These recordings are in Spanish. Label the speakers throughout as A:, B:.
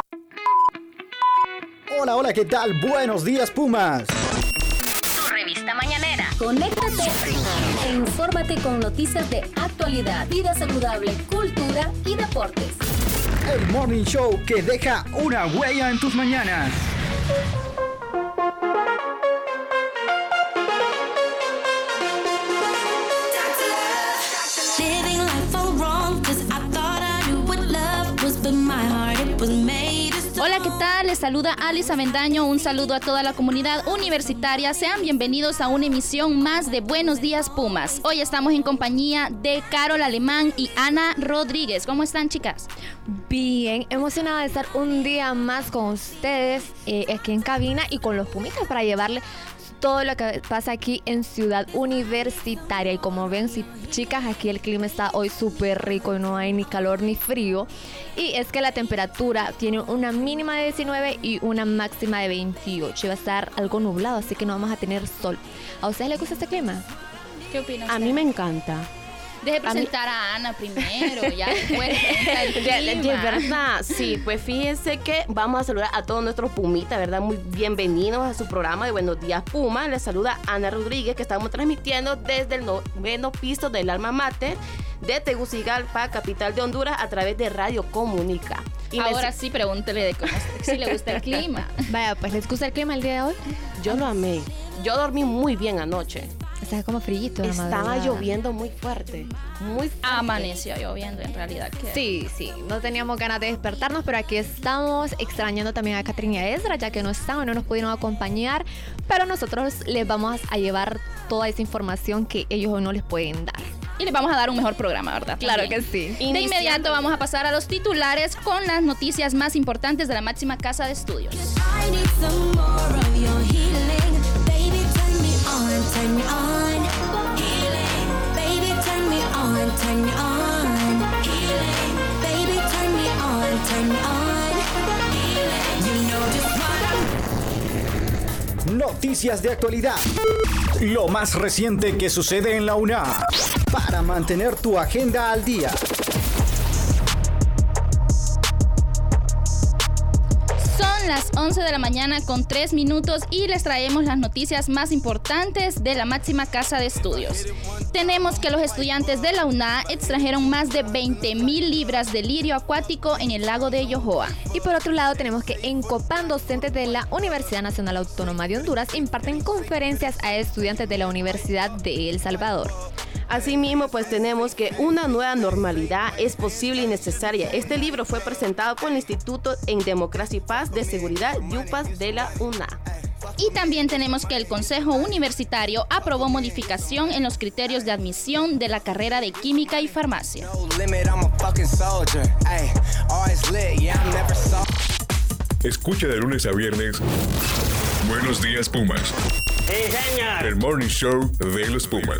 A: Hola, hola, ¿qué tal? Buenos días, Pumas.
B: Tu revista mañanera.
C: Conéctate e infórmate con noticias de actualidad, vida saludable, cultura y deportes.
A: El Morning Show que deja una huella en tus mañanas.
D: Hola, ¿qué tal? Les saluda Alice Avendaño. Un saludo a toda la comunidad universitaria. Sean bienvenidos a una emisión más de Buenos Días Pumas. Hoy estamos en compañía de Carol Alemán y Ana Rodríguez. ¿Cómo están, chicas?
E: Bien, emocionada de estar un día más con ustedes aquí en cabina y con los Pumitas para llevarle todo lo que pasa aquí en Ciudad Universitaria. Y como ven, sí, chicas, aquí el clima está hoy súper rico y no hay ni calor ni frío. Y es que la temperatura tiene una mínima de 19 y una máxima de 28. Y va a estar algo nublado, así que no vamos a tener sol. ¿A ustedes les gusta este clima?
D: ¿Qué opinan?
F: A mí me encanta.
D: Deje presentar a Ana primero, ya después
F: de verdad, sí, pues fíjense que vamos a saludar a todos nuestros Pumitas, ¿verdad? Muy bienvenidos a su programa de Buenos Días Puma. Les saluda Ana Rodríguez, que estamos transmitiendo desde el 9º piso del Alma Mater de Tegucigalpa, capital de Honduras, a través de Radio Comunica.
D: Y ahora sí, pregúntele de cómo, si le gusta el clima.
E: Vaya, pues, ¿les gusta el clima el día de hoy?
F: Yo lo amé. Yo dormí muy bien anoche.
E: Estaba como frillito.
F: Estaba lloviendo muy fuerte. Muy fuerte.
D: Amaneció lloviendo en realidad.
E: Sí, no teníamos ganas de despertarnos, pero aquí estamos extrañando también a Catherine y a Ezra, ya que no estaban, no nos pudieron acompañar, pero nosotros les vamos a llevar toda esa información que ellos hoy no les pueden dar.
D: Y les vamos a dar un mejor programa, ¿verdad?
E: Claro
D: También.
E: que sí.
D: De inmediato vamos a pasar a los titulares con las noticias más importantes de la máxima casa de estudios.
G: Turn me on, healing. Baby, turn me on, turn me on, healing. Baby, turn me on, healing. You know just what
A: Noticias de actualidad. Lo más reciente que sucede en la UNA. Para mantener tu agenda al día.
D: Son las 11 de la mañana con 3 minutos y les traemos las noticias más importantes de la máxima casa de estudios. Tenemos que los estudiantes de la UNA extrajeron más de 20,000 libras de lirio acuático en el lago de Yohoa.
E: Y por otro lado tenemos que en Copán, docentes de la Universidad Nacional Autónoma de Honduras imparten conferencias a estudiantes de la Universidad de El Salvador.
F: Asimismo, pues tenemos que una nueva normalidad es posible y necesaria. Este libro fue presentado por el Instituto en Democracia y Paz de Seguridad YUPAS de la UNA.
D: Y también tenemos que el Consejo Universitario aprobó modificación en los criterios de admisión de la carrera de Química y Farmacia.
H: Escucha de lunes a viernes Buenos Días Pumas.
I: ¡Sí, señor!
H: El Morning Show de los Pumas.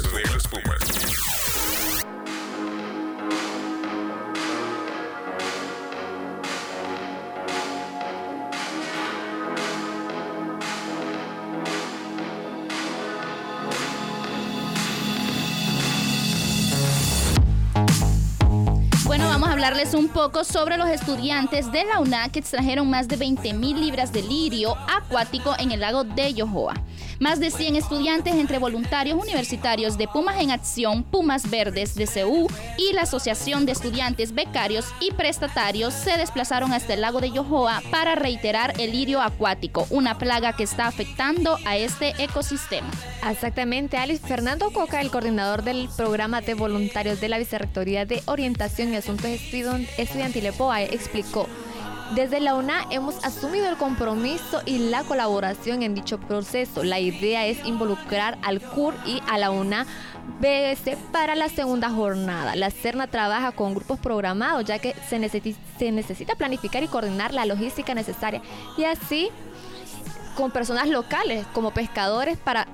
D: Bueno, vamos a hablarles un poco sobre los estudiantes de la UNA que extrajeron más de 20,000 libras de lirio acuático en el lago de Yohoa. Más de 100 estudiantes entre voluntarios universitarios de Pumas en Acción, Pumas Verdes de CEU y la Asociación de Estudiantes Becarios y Prestatarios se desplazaron hasta el lago de Yohoa para reiterar el lirio acuático, una plaga que está afectando a este ecosistema.
E: Exactamente, Alice. Fernando Coca, el coordinador del programa de voluntarios de la Vicerrectoría de Orientación y Asuntos Estudiantiles POAE, explicó: desde la UNA hemos asumido el compromiso y la colaboración en dicho proceso. La idea es involucrar al CUR y a la UNA BS para la segunda jornada. La CERNA trabaja con grupos programados, ya que se necesita planificar y coordinar la logística necesaria, y así con personas locales como pescadores para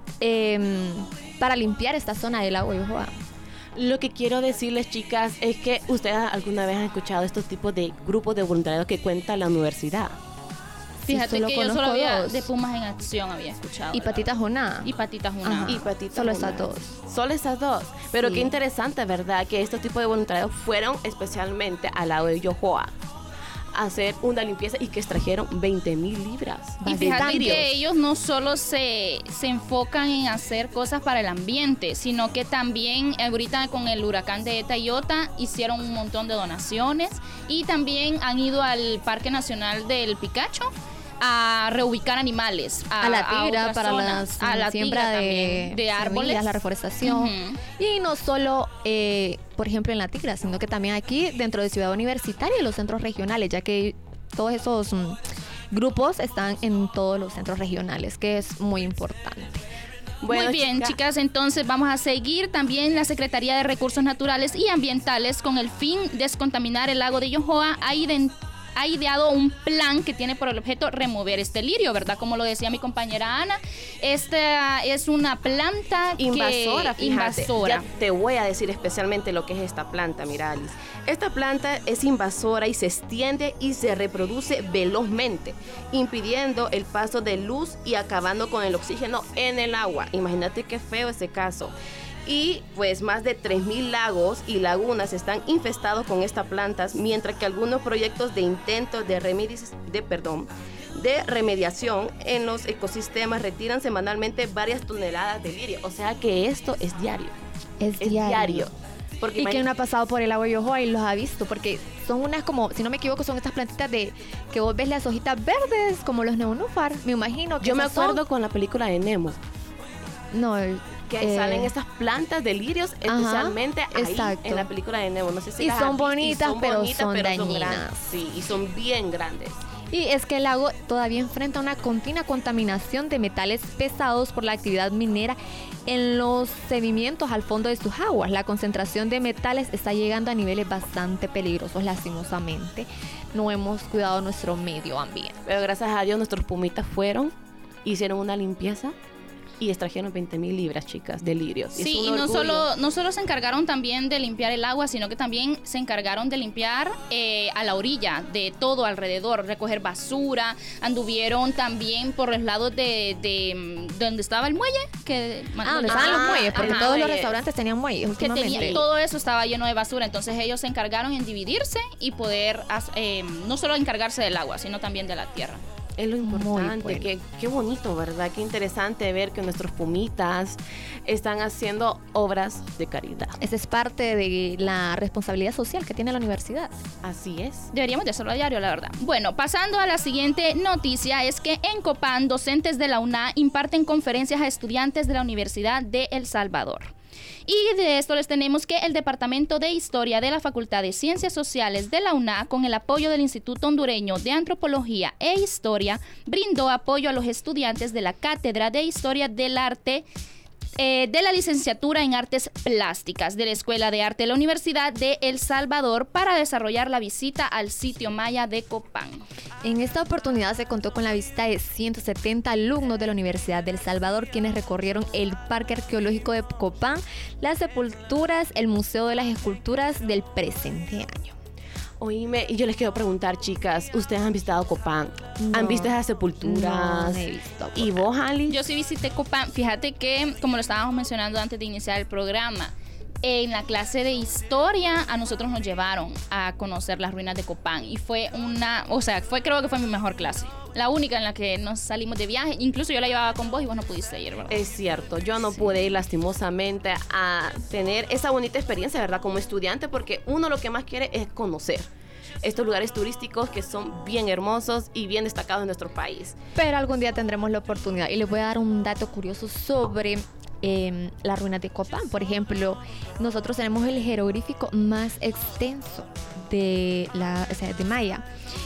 E: limpiar esta zona del lago Yohoa.
F: Lo que quiero decirles, chicas, es que ustedes alguna vez han escuchado estos tipos de grupos de voluntariado que cuenta la universidad.
D: Fíjate
E: sí,
D: que yo solo había
E: dos.
D: De Pumas en Acción había escuchado.
E: Y Patitas Joná.
D: Y Patitas Joná.
F: Y Patitas
E: Solo
F: Joná.
E: esas dos.
F: Solo esas dos. Pero
E: Sí.
F: qué interesante, ¿verdad? Que estos tipos de voluntariados fueron especialmente al lado de Yohoa. hacer una limpieza y que extrajeron 20,000 libras.
D: Y fíjate
F: lirios.
D: que ellos no solo se enfocan en hacer cosas para el ambiente, sino que también ahorita con el huracán de Eta y Iota hicieron un montón de donaciones y también han ido al Parque Nacional del Picacho a reubicar animales
E: A la tigra
D: otras
E: para
D: zonas.
E: la
D: a la
E: siembra
D: tigra también, de árboles,
E: semillas, la reforestación.
D: Ujú.
E: Y no solo, por ejemplo, en la tigra, sino que también aquí dentro de Ciudad Universitaria y los centros regionales, ya que todos esos grupos están en todos los centros regionales, que es muy importante.
F: Bueno,
D: Muy bien, chicas, entonces vamos a seguir también la Secretaría de Recursos Naturales y Ambientales con el fin de descontaminar el lago de Yohoa ha ideado un plan que tiene por el objeto remover este lirio, ¿verdad? Como lo decía mi compañera Ana, esta es una planta
F: invasora,
D: que
F: fíjate.
D: invasora.
F: Ya te voy a decir especialmente lo que es esta planta, mira, Alice. Esta planta es invasora y se extiende y se reproduce velozmente, impidiendo el paso de luz y acabando con el oxígeno en el agua. Imagínate qué feo ese caso. Y pues más de 3,000 lagos y lagunas están infestados con estas plantas, mientras que algunos proyectos de intentos de remediación en los ecosistemas retiran semanalmente varias toneladas de lirio. O sea que esto es diario.
E: Es
F: diario. Porque
E: Y que no ha pasado por el lago de Yohoa y los ha visto, porque son unas como, si no me equivoco, son estas plantitas de que vos ves las hojitas verdes, como los neonúfar. Me imagino que
F: yo me
E: esas son-
F: acuerdo con la película de Nemo,
E: No,
F: que salen estas plantas de lirios, especialmente ahí
E: exacto.
F: en la película de Nemo. No sé si
E: Y
F: las
E: son
F: has visto,
E: bonitas, pero son
F: grandes.
E: dañinas.
F: Sí, y son bien grandes.
E: Y es que el lago todavía enfrenta una continua contaminación de metales pesados por la actividad minera en los sedimentos al fondo de sus aguas. La concentración de metales está llegando a niveles bastante peligrosos, lastimosamente. No hemos cuidado nuestro medio ambiente.
F: Pero gracias a Dios nuestros pumitas fueron, hicieron una limpieza y extrajeron 20,000 libras, chicas, de lirios.
D: Sí, y no solo se encargaron también de limpiar el agua, sino que también se encargaron de limpiar a la orilla, de todo alrededor, recoger basura, anduvieron también por los lados de donde estaba el muelle.
E: Donde estaban los muelles, porque
D: ajá,
E: todos los
F: muelles.
E: restaurantes tenían muelles
D: que
E: últimamente.
D: tenía, todo eso estaba lleno de basura, entonces ellos se encargaron en dividirse y poder no solo encargarse del agua, sino también de la tierra.
F: Es lo importante,
E: bueno.
F: qué bonito, ¿verdad? Qué interesante ver que nuestros pumitas están haciendo obras de caridad.
E: Esa es parte de la responsabilidad social que tiene la universidad.
F: Así es.
D: Deberíamos de hacerlo a diario, la verdad. Bueno, pasando a la siguiente noticia, es que en Copán, docentes de la UNA imparten conferencias a estudiantes de la Universidad de El Salvador. Y de esto les tenemos que el Departamento de Historia de la Facultad de Ciencias Sociales de la UNA, con el apoyo del Instituto Hondureño de Antropología e Historia, brindó apoyo a los estudiantes de la Cátedra de Historia del Arte de la licenciatura en Artes Plásticas de la Escuela de Arte de la Universidad de El Salvador para desarrollar la visita al sitio maya de Copán.
E: En esta oportunidad se contó con la visita de 170 alumnos de la Universidad de El Salvador, quienes recorrieron el Parque Arqueológico de Copán, las sepulturas, el Museo de las Esculturas del presente año.
F: Oíme, y yo les quiero preguntar, chicas, ¿ustedes han visitado Copán?
E: No.
F: ¿Han visto esas sepulturas?
E: No he visto
F: ¿Y vos, Ali?
D: Yo sí visité Copán. Fíjate que, como lo estábamos mencionando antes de iniciar el programa, en la clase de historia a nosotros nos llevaron a conocer las ruinas de Copán y fue creo que fue mi mejor clase. La única en la que nos salimos de viaje. Incluso yo la llevaba con vos y vos no pudiste ir, ¿verdad?
F: Es cierto, yo no pude ir lastimosamente a tener esa bonita experiencia, ¿verdad? Como estudiante, porque uno lo que más quiere es conocer estos lugares turísticos que son bien hermosos y bien destacados en nuestro país.
E: Pero algún día tendremos la oportunidad. Y les voy a dar un dato curioso sobre las ruinas de Copán. Por ejemplo, nosotros tenemos el jeroglífico más extenso de Maya.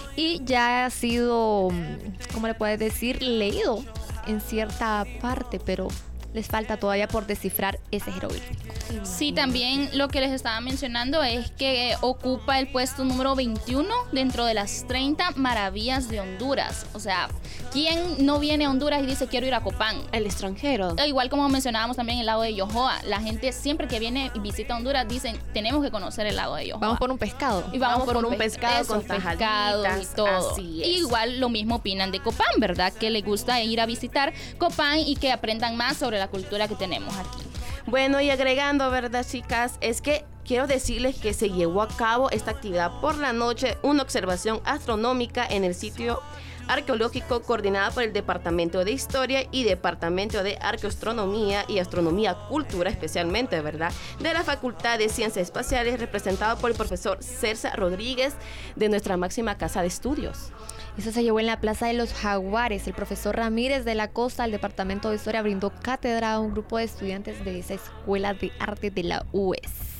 E: Y ya ha sido, ¿cómo le puedes decir? Leído en cierta parte, pero les falta todavía por descifrar ese jeroglífico.
D: Sí, también lo que les estaba mencionando es que ocupa el puesto número 21 dentro de las 30 maravillas de Honduras. O sea, ¿quién no viene a Honduras y dice quiero ir a Copán?
F: El extranjero.
D: Igual como mencionábamos también el lago de Yohoa. La gente siempre que viene y visita Honduras dicen tenemos que conocer el lago de Yohoa.
E: Vamos por un pescado.
D: Y vamos por un
F: pescado con
D: pescados
F: tajaditas,
D: y todo.
F: así es.
D: Y igual lo mismo opinan de Copán, ¿verdad? Que les gusta ir a visitar Copán y que aprendan más sobre la cultura que tenemos aquí.
F: Bueno, y agregando, ¿verdad, chicas? Es que quiero decirles que se llevó a cabo esta actividad por la noche, una observación astronómica en el sitio arqueológico coordinada por el Departamento de Historia y Departamento de Arqueoastronomía y Astronomía Cultura, especialmente, ¿verdad?, de la Facultad de Ciencias Espaciales, representado por el profesor Celsa Rodríguez de nuestra máxima casa de estudios.
E: Eso se llevó en la Plaza de los Jaguares. El profesor Ramírez de la Costa, del Departamento de Historia, brindó cátedra a un grupo de estudiantes de esa Escuela de Arte de la UES.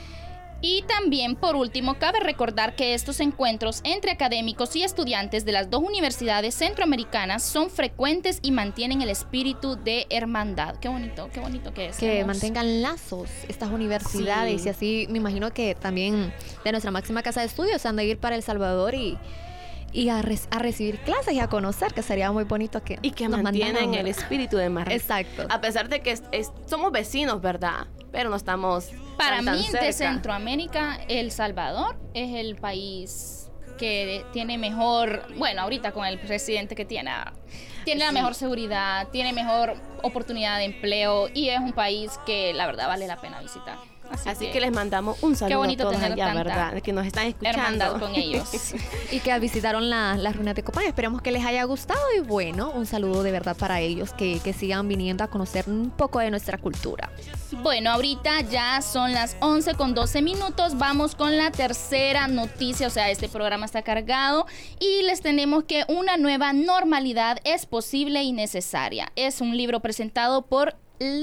D: Y también, por último, cabe recordar que estos encuentros entre académicos y estudiantes de las dos universidades centroamericanas son frecuentes y mantienen el espíritu de hermandad. Qué bonito que es.
E: Que mantengan lazos estas universidades. Sí. Y así me imagino que también de nuestra máxima casa de estudios han de ir para El Salvador y a recibir clases y a conocer, que sería muy bonito que
F: y que mantienen el espíritu de hermandad.
E: Exacto.
F: A pesar de que somos vecinos, ¿verdad? Pero no estamos
D: para
F: tan
D: mí,
F: cerca.
D: De Centroamérica, El Salvador es el país que tiene mejor, bueno, ahorita con el presidente que tiene la mejor seguridad, tiene mejor oportunidad de empleo y es un país que la verdad vale la pena visitar.
F: Así que les mandamos un saludo a todos allá, ¿verdad? Que nos están escuchando.
D: Hermandad con ellos.
E: Y que visitaron las ruinas de Copán. Esperemos que les haya gustado y bueno, un saludo de verdad para ellos que sigan viniendo a conocer un poco de nuestra cultura.
D: Bueno, ahorita ya son las 11:12. Vamos con la tercera noticia. O sea, este programa está cargado y les tenemos que una nueva normalidad es posible y necesaria. Es un libro presentado por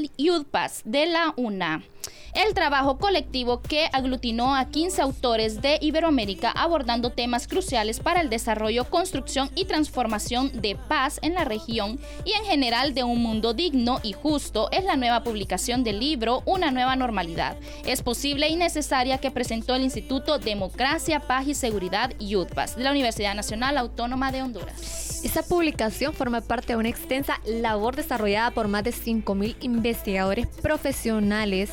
D: UDPAS de la UNA. El trabajo colectivo que aglutinó a 15 autores de Iberoamérica abordando temas cruciales para el desarrollo, construcción y transformación de paz en la región y en general de un mundo digno y justo es la nueva publicación del libro Una nueva normalidad. Es posible y necesaria que presentó el Instituto Democracia, Paz y Seguridad UDPAS de la Universidad Nacional Autónoma de Honduras.
E: Esta publicación forma parte de una extensa labor desarrollada por más de 5,000 investigadores profesionales,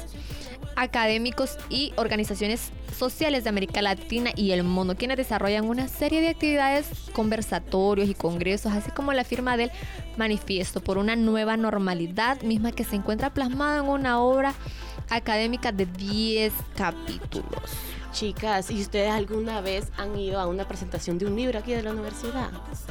E: académicos y organizaciones sociales de América Latina y el mundo, quienes desarrollan una serie de actividades, conversatorios y congresos, así como la firma del Manifiesto por una nueva normalidad, misma que se encuentra plasmada en una obra académica de 10 capítulos.
F: Chicas, ¿y ustedes alguna vez han ido a una presentación de un libro aquí de la universidad?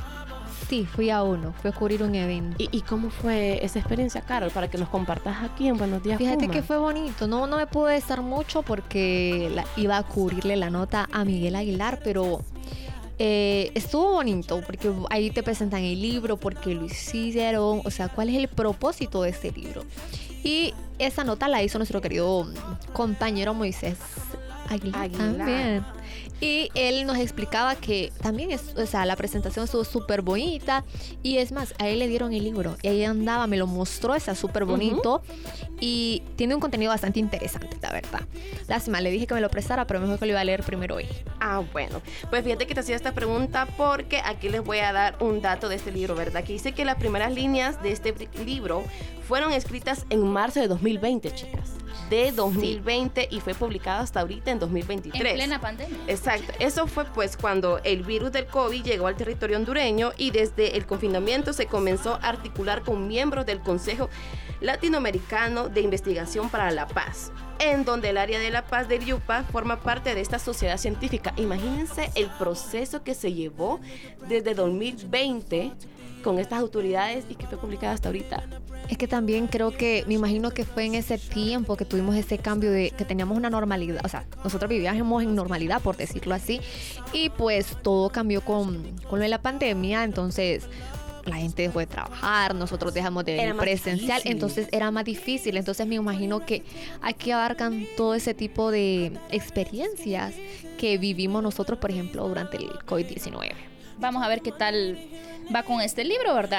E: Sí, fui a cubrir un evento.
F: ¿Y cómo fue esa experiencia, Carol? Para que nos compartas aquí en Buenos Días
E: Fíjate
F: Puma.
E: que fue bonito, no me pude estar mucho porque iba a cubrirle la nota a Miguel Aguilar, pero estuvo bonito porque ahí te presentan el libro, por qué lo hicieron, o sea, cuál es el propósito de este libro. Y esa nota la hizo nuestro querido compañero Moisés Aguilar. También. Y él nos explicaba que también la presentación estuvo súper bonita y es más, a él le dieron el libro y ahí andaba, me lo mostró, está súper bonito y tiene un contenido bastante interesante, la verdad. Lástima, le dije que me lo prestara, pero mejor que lo iba a leer primero hoy.
F: Ah, bueno, pues fíjate que te hacía esta pregunta porque aquí les voy a dar un dato de este libro, ¿verdad? Que dice que las primeras líneas de este libro fueron escritas en marzo de 2020, chicas. De 2020 y fue publicado hasta ahorita en 2023.
D: En plena pandemia.
F: Exacto. Eso fue pues cuando el virus del COVID llegó al territorio hondureño y desde el confinamiento se comenzó a articular con miembros del Consejo Latinoamericano de Investigación para la Paz, en donde el área de la paz del IUPA forma parte de esta sociedad científica. Imagínense el proceso que se llevó desde 2020 con estas autoridades y que fue publicada hasta ahorita.
E: Es que también me imagino que fue en ese tiempo que tuvimos ese cambio de que teníamos una normalidad, o sea, nosotros vivíamos en normalidad, por decirlo así, y pues todo cambió con lo de la pandemia, entonces la gente dejó de trabajar, nosotros dejamos de venir presencial, entonces era más difícil, entonces me imagino que aquí abarcan todo ese tipo de experiencias que vivimos nosotros, por ejemplo, durante el COVID-19.
D: Vamos a ver qué tal va con este libro, ¿verdad?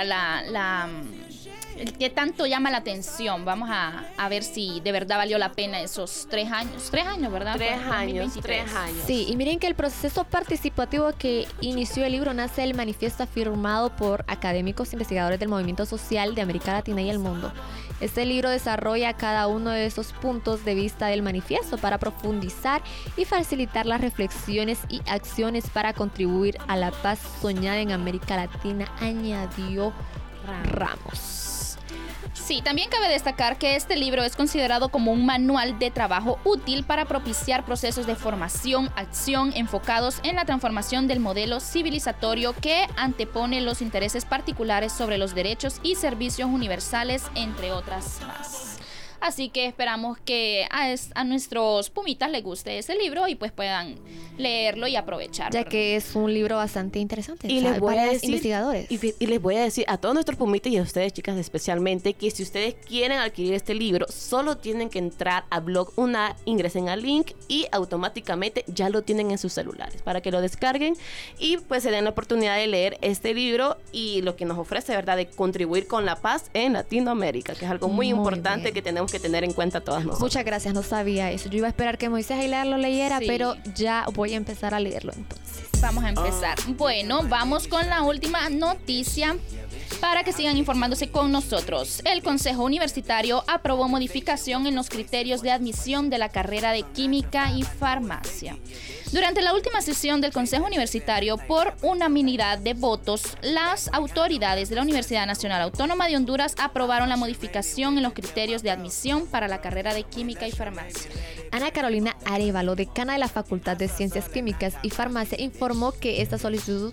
D: ¿Qué tanto llama la atención? Vamos a ver si de verdad valió la pena esos 3 años. 3 años, ¿verdad?
F: 3 años.
E: Sí, y miren que el proceso participativo que inició el libro nace del manifiesto firmado por académicos e investigadores del movimiento social de América Latina y el mundo. Este libro desarrolla cada uno de esos puntos de vista del manifiesto para profundizar y facilitar las reflexiones y acciones para contribuir a la paz soñada en América Latina, añadió Ramos.
D: Sí, también cabe destacar que este libro es considerado como un manual de trabajo útil para propiciar procesos de formación, acción enfocados en la transformación del modelo civilizatorio que antepone los intereses particulares sobre los derechos y servicios universales, entre otras más. Así que esperamos que a nuestros pumitas les guste ese libro y pues puedan leerlo y aprovechar.
E: Ya que es un libro bastante interesante.
F: Y les voy
E: para
F: a decir,
E: investigadores.
F: y les voy a decir a todos nuestros pumitas y a ustedes, chicas, especialmente, que si ustedes quieren adquirir este libro, solo tienen que entrar a Blog UNA, ingresen al link y automáticamente ya lo tienen en sus celulares para que lo descarguen y pues se den la oportunidad de leer este libro y lo que nos ofrece, ¿verdad?, de contribuir con la paz en Latinoamérica, que es algo muy importante
E: bien.
F: que tenemos que tener en cuenta todas nosotros.
E: Muchas gracias, no sabía eso. Yo iba a esperar que Moisés Aguilar lo leyera,
D: Sí.
E: pero ya voy a empezar a leerlo entonces.
D: Vamos a empezar. Bueno, vamos con la última noticia para que sigan informándose con nosotros. El Consejo Universitario aprobó modificación en los criterios de admisión de la carrera de Química y Farmacia. Durante la última sesión del Consejo Universitario, por unanimidad de votos, las autoridades de la Universidad Nacional Autónoma de Honduras aprobaron la modificación en los criterios de admisión para la carrera de Química y Farmacia.
E: Ana Carolina Arevalo, decana de la Facultad de Ciencias Químicas y Farmacia, informó que esta solicitud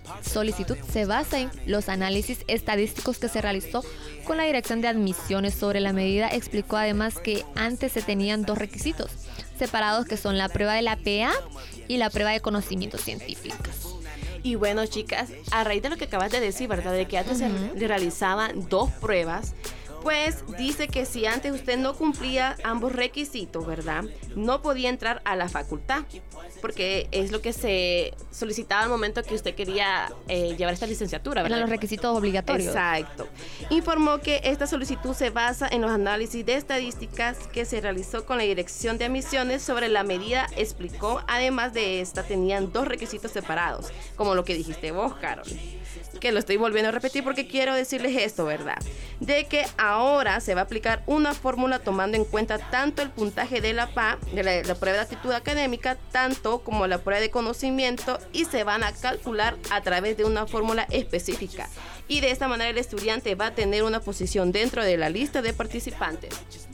E: se basa en los análisis estadísticos que se realizó con la Dirección de Admisiones sobre la medida. Explicó además que antes se tenían dos requisitos separados, que son la prueba de la PA y la prueba de conocimientos científicos.
F: Y bueno, chicas, a raíz de lo que acabas de decir, ¿verdad?, de que antes se realizaban dos pruebas, pues dice que si antes usted no cumplía ambos requisitos, ¿verdad?, no podía entrar a la facultad, porque es lo que se solicitaba al momento que usted quería llevar esta licenciatura, ¿verdad?
E: Eran los requisitos obligatorios.
F: Exacto. Informó que esta solicitud se basa en los análisis de estadísticas que se realizó con la Dirección de Admisiones sobre la medida. Explicó, además de esta, tenían dos requisitos separados, como lo que dijiste vos, Carol, que lo estoy volviendo a repetir porque quiero decirles esto, ¿verdad?, de que ahora se va a aplicar una fórmula tomando en cuenta tanto el puntaje de la PA, de la prueba de actitud académica, tanto como la prueba de conocimiento, y se van a calcular a través de una fórmula específica. Y de esta manera el estudiante va a tener una posición dentro de la lista de participantes.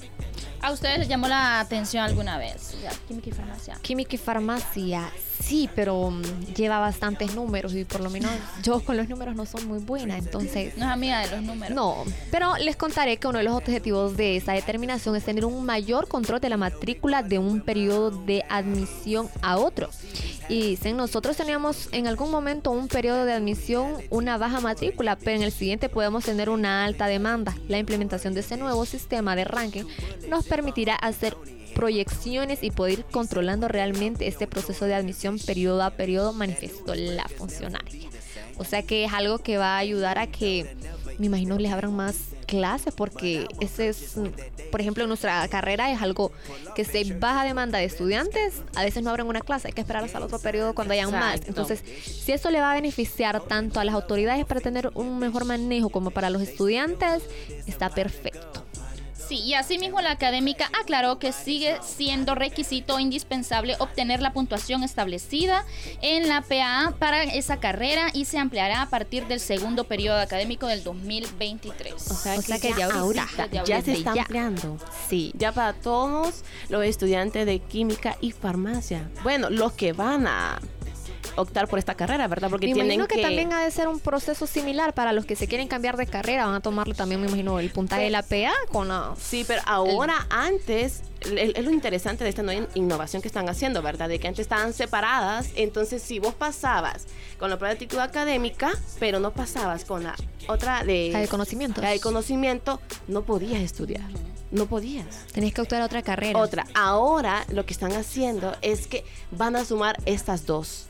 D: ¿A ustedes les llamó la atención alguna vez? Ya, Química y Farmacia.
E: Química y Farmacia, sí, pero lleva bastantes números y por lo menos yo con los números no soy muy buena, entonces...
D: No es amiga de los números.
E: No, pero les contaré que uno de los objetivos de esa determinación es tener un mayor control de la matrícula de un periodo de admisión a otro. Y dicen, nosotros teníamos en algún momento un periodo de admisión, una baja matrícula, pero en el siguiente podemos tener una alta demanda. La implementación de ese nuevo sistema de ranking nos permitirá hacer proyecciones y poder ir controlando realmente este proceso de admisión periodo a periodo, manifestó la funcionaria. O sea que es algo que va a ayudar a que, me imagino, les abran más clases, porque ese es, por ejemplo, en nuestra carrera es algo que se baja demanda de estudiantes, a veces no abren una clase, hay que esperar hasta el otro periodo cuando hayan más. Entonces, si eso le va a beneficiar tanto a las autoridades para tener un mejor manejo como para los estudiantes, está perfecto.
D: Sí, y asimismo la académica aclaró que sigue siendo requisito indispensable obtener la puntuación establecida en la PA para esa carrera y se ampliará a partir del segundo periodo académico del 2023.
E: O sea que ya ahorita
F: ya se está ampliando.
E: Sí.
F: Ya para todos los estudiantes de química y farmacia. Bueno, los que van a optar por esta carrera, ¿verdad? Porque
E: me
F: tienen
E: imagino que también ha de ser un proceso similar para los que se quieren cambiar de carrera. Van a tomarle también, me imagino, el puntaje de la PA con la...
F: Sí, pero ahora antes es lo interesante de esta nueva innovación que están haciendo, ¿verdad? De que antes estaban separadas. Entonces, si vos pasabas con la prueba de actitud académica, pero no pasabas con la otra de...
E: La de conocimientos.
F: La de conocimiento, no podías estudiar. No podías.
E: Tenías que optar a otra carrera.
F: Otra. Ahora lo que están haciendo es que van a sumar estas dos.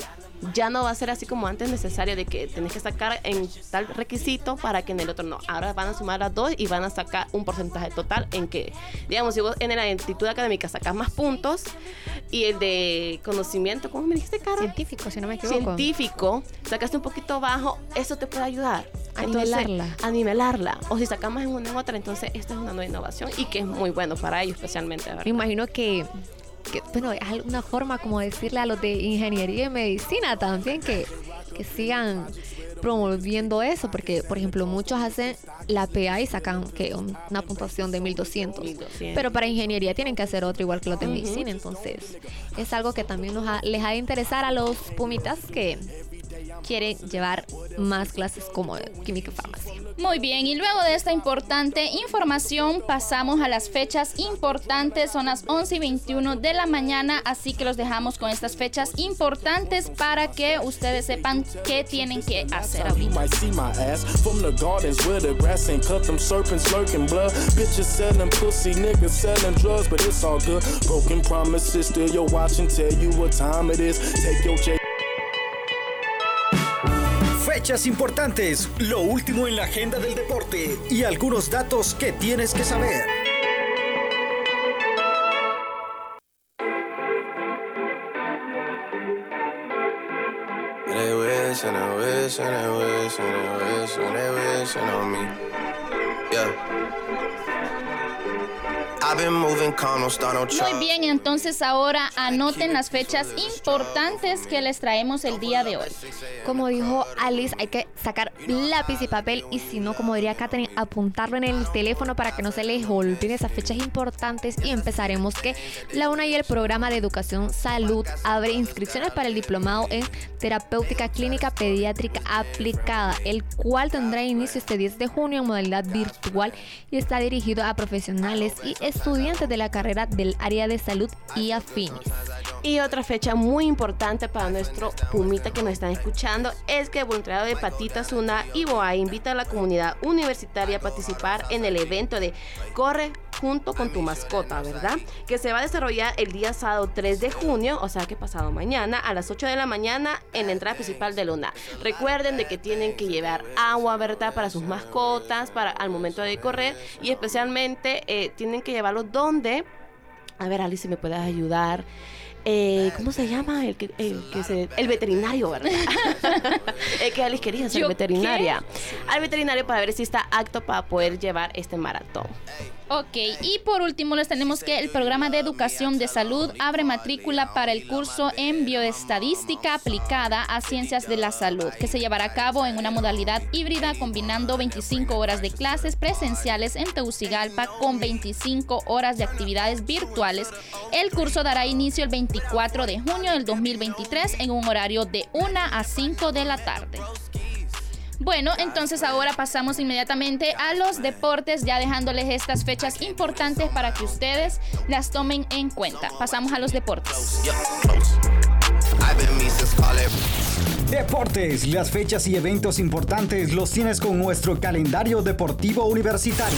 F: Ya no va a ser así como antes necesario de que tenés que sacar en tal requisito para que en el otro no. Ahora van a sumar las dos y van a sacar un porcentaje total en que, digamos, si vos en la actitud académica sacas más puntos y el de conocimiento, ¿cómo me dijiste, Carol?
E: Científico, si no me equivoco.
F: Científico, sacaste un poquito bajo, eso te puede ayudar.
E: A nivelarla.
F: A nivelarla. O si sacas más en una en otra, entonces esta es una nueva innovación y que es muy bueno para ellos especialmente, ¿verdad?
E: Me imagino que bueno, es una forma como decirle a los de ingeniería y medicina también que sigan promoviendo eso, porque por ejemplo muchos hacen la PA y sacan una puntuación de 1200, pero para ingeniería tienen que hacer otra igual que los de medicina. Entonces es algo que también les ha de interesar a los pumitas que quieren llevar más clases como química y farmacia.
D: Muy bien, y luego de esta importante información pasamos a las fechas importantes. Son las 11:21 de la mañana, así que los dejamos con estas fechas importantes para que ustedes sepan qué tienen que hacer ahorita.
A: Fechas importantes, lo último en la agenda del deporte y algunos datos que tienes que saber.
D: Muy bien, entonces ahora anoten las fechas importantes que les traemos el día de hoy.
E: Como dijo Alice, hay que sacar lápiz y papel, y si no, como diría Katherine, apuntarlo en el teléfono para que no se les olvide esas fechas importantes. Y empezaremos que la UNA y el programa de educación salud abre inscripciones para el diplomado en terapéutica clínica pediátrica aplicada, el cual tendrá inicio este 10 de junio en modalidad virtual y está dirigido a profesionales y estudiantes de la carrera del área de salud y afines.
F: Y otra fecha muy importante para nuestro pumita que nos están escuchando es que el voluntariado de Patitas UNA y BOA invita a la comunidad universitaria a participar en el evento de Corre junto con tu mascota, ¿verdad? Que se va a desarrollar el día sábado 3 de junio, o sea que pasado mañana, a las 8 de la mañana en la entrada principal de la UNA. Recuerden de que tienen que llevar agua, ¿verdad? Para sus mascotas, al momento de correr, y especialmente tienen que llevarlos donde... A ver, Alice, ¿me puedes ayudar? ¿Cómo se llama? El veterinario, ¿verdad? Es que Alice quería ser veterinaria. Al veterinario para ver si está apto para poder llevar este maratón.
D: Ok, y por último les tenemos que el programa de educación de salud abre matrícula para el curso en bioestadística aplicada a ciencias de la salud, que se llevará a cabo en una modalidad híbrida combinando 25 horas de clases presenciales en Tegucigalpa con 25 horas de actividades virtuales. El curso dará inicio el 24 de junio del 2023 en un horario de 1 a 5 de la tarde. Bueno, entonces ahora pasamos inmediatamente a los deportes, ya dejándoles estas fechas importantes para que ustedes las tomen en cuenta. Pasamos a los deportes.
A: Deportes, las fechas y eventos importantes los tienes con nuestro calendario deportivo universitario.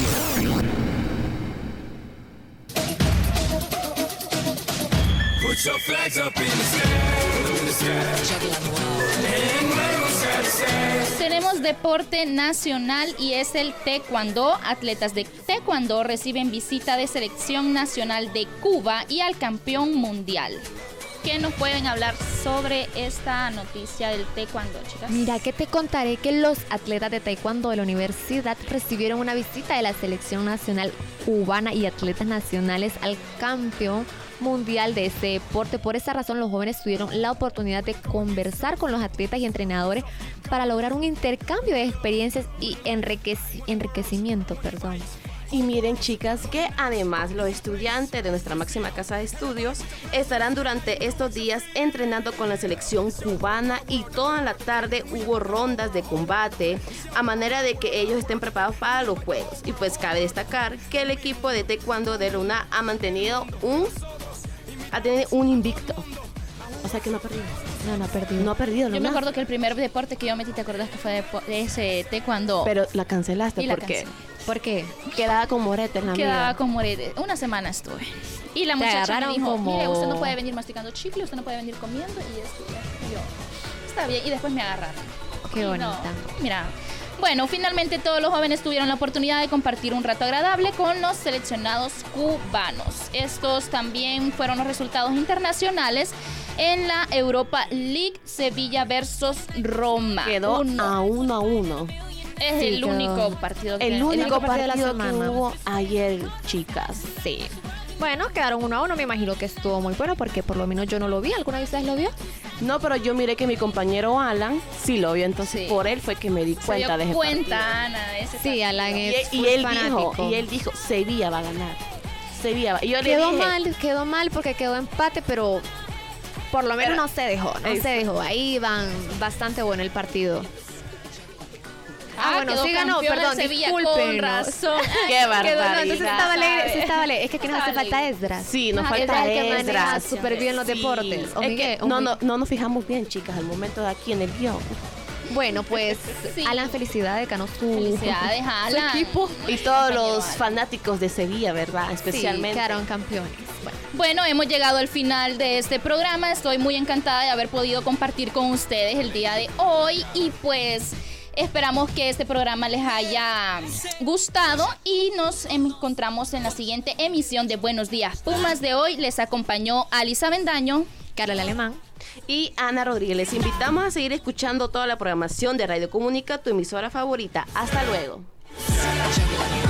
I: Put your flags up in the sky.
D: Tenemos deporte nacional y es el taekwondo. Atletas de taekwondo reciben visita de selección nacional de Cuba y al campeón mundial. ¿Qué nos pueden hablar sobre esta noticia del taekwondo, chicas?
E: Mira, que te contaré que los atletas de taekwondo de la universidad recibieron una visita de la selección nacional cubana y atletas nacionales al campeón mundial de este deporte. Por esa razón, los jóvenes tuvieron la oportunidad de conversar con los atletas y entrenadores para lograr un intercambio de experiencias y enriquecimiento.
F: Y miren, chicas, que además los estudiantes de nuestra máxima casa de estudios estarán durante estos días entrenando con la selección cubana, y toda la tarde hubo rondas de combate a manera de que ellos estén preparados para los juegos. Y pues cabe destacar que el equipo de taekwondo de la UNA ha tenido un invicto. O sea que no ha perdido. No ha perdido.
D: Yo me acuerdo que el primer deporte que yo metí, ¿te acordás que fue de ese taekwondo?
F: Pero la cancelaste.
E: ¿Por qué?
F: Quedaba con moretes, la
D: Quedaba con moretes. Una semana estuve. Y la muchacha me dijo, mire, usted no puede venir masticando chicle, usted no puede venir comiendo y esto. Y yo, está bien. Y después me agarraron.
E: Qué bonita.
D: No, mira. Bueno, finalmente todos los jóvenes tuvieron la oportunidad de compartir un rato agradable con los seleccionados cubanos. Estos también fueron los resultados internacionales en la Europa League, Sevilla versus Roma.
F: Quedó 1-1.
D: Es el único partido que
F: hubo ayer, chicas.
E: Sí. Bueno, quedaron 1-1. Me imagino que estuvo muy bueno porque por lo menos yo no lo vi. ¿Alguna de ustedes lo vio?
F: No, pero yo miré que mi compañero Alan sí lo vio, entonces
D: Sí.
F: por él fue que me di cuenta de ese partido.
D: Ana, de ese
E: Sí,
D: partido.
E: Alan es
F: Y
E: full
F: él
E: fanático.
F: dijo, Sevilla va a ganar. Sevilla va. Y yo le
E: Quedó mal porque quedó empate, pero por lo menos no se dejó, Ahí van bastante bueno el partido.
D: Quedó
E: sí ganó,
D: campeón el
E: perdón,
D: Sevilla,
E: disculpen.
D: con razón.
F: Qué barbaridad.
E: No, entonces estaba alegre, sí estaba alegre. Es que aquí nos hace
D: Estaba
E: falta
D: alegre.
E: Esdras.
F: Sí, nos
E: Ajá,
F: falta
E: Esdras es el que maneja
F: Esdras.
E: súper bien los
F: Sí.
E: deportes. ¿O
F: Es
E: Miguel?
F: que no nos fijamos bien, chicas, al momento de aquí en el guión.
E: Bueno, pues
D: Sí.
E: Alan, felicidades, ganó su
D: Felicidades, Alan.
E: su equipo.
F: Y todos los
D: Alan.
F: fanáticos de Sevilla, ¿verdad?
E: Sí,
F: Especialmente.
E: quedaron campeones. Bueno,
D: Bueno, hemos llegado al final de este programa. Estoy muy encantada de haber podido compartir con ustedes el día de hoy y pues esperamos que este programa les haya gustado y nos encontramos en la siguiente emisión de Buenos Días Pumas de hoy. Les acompañó Alisa Bendaño,
E: Carla Alemán.
F: Y Ana Rodríguez. Les invitamos a seguir escuchando toda la programación de Radio Comunica, tu emisora favorita. Hasta luego.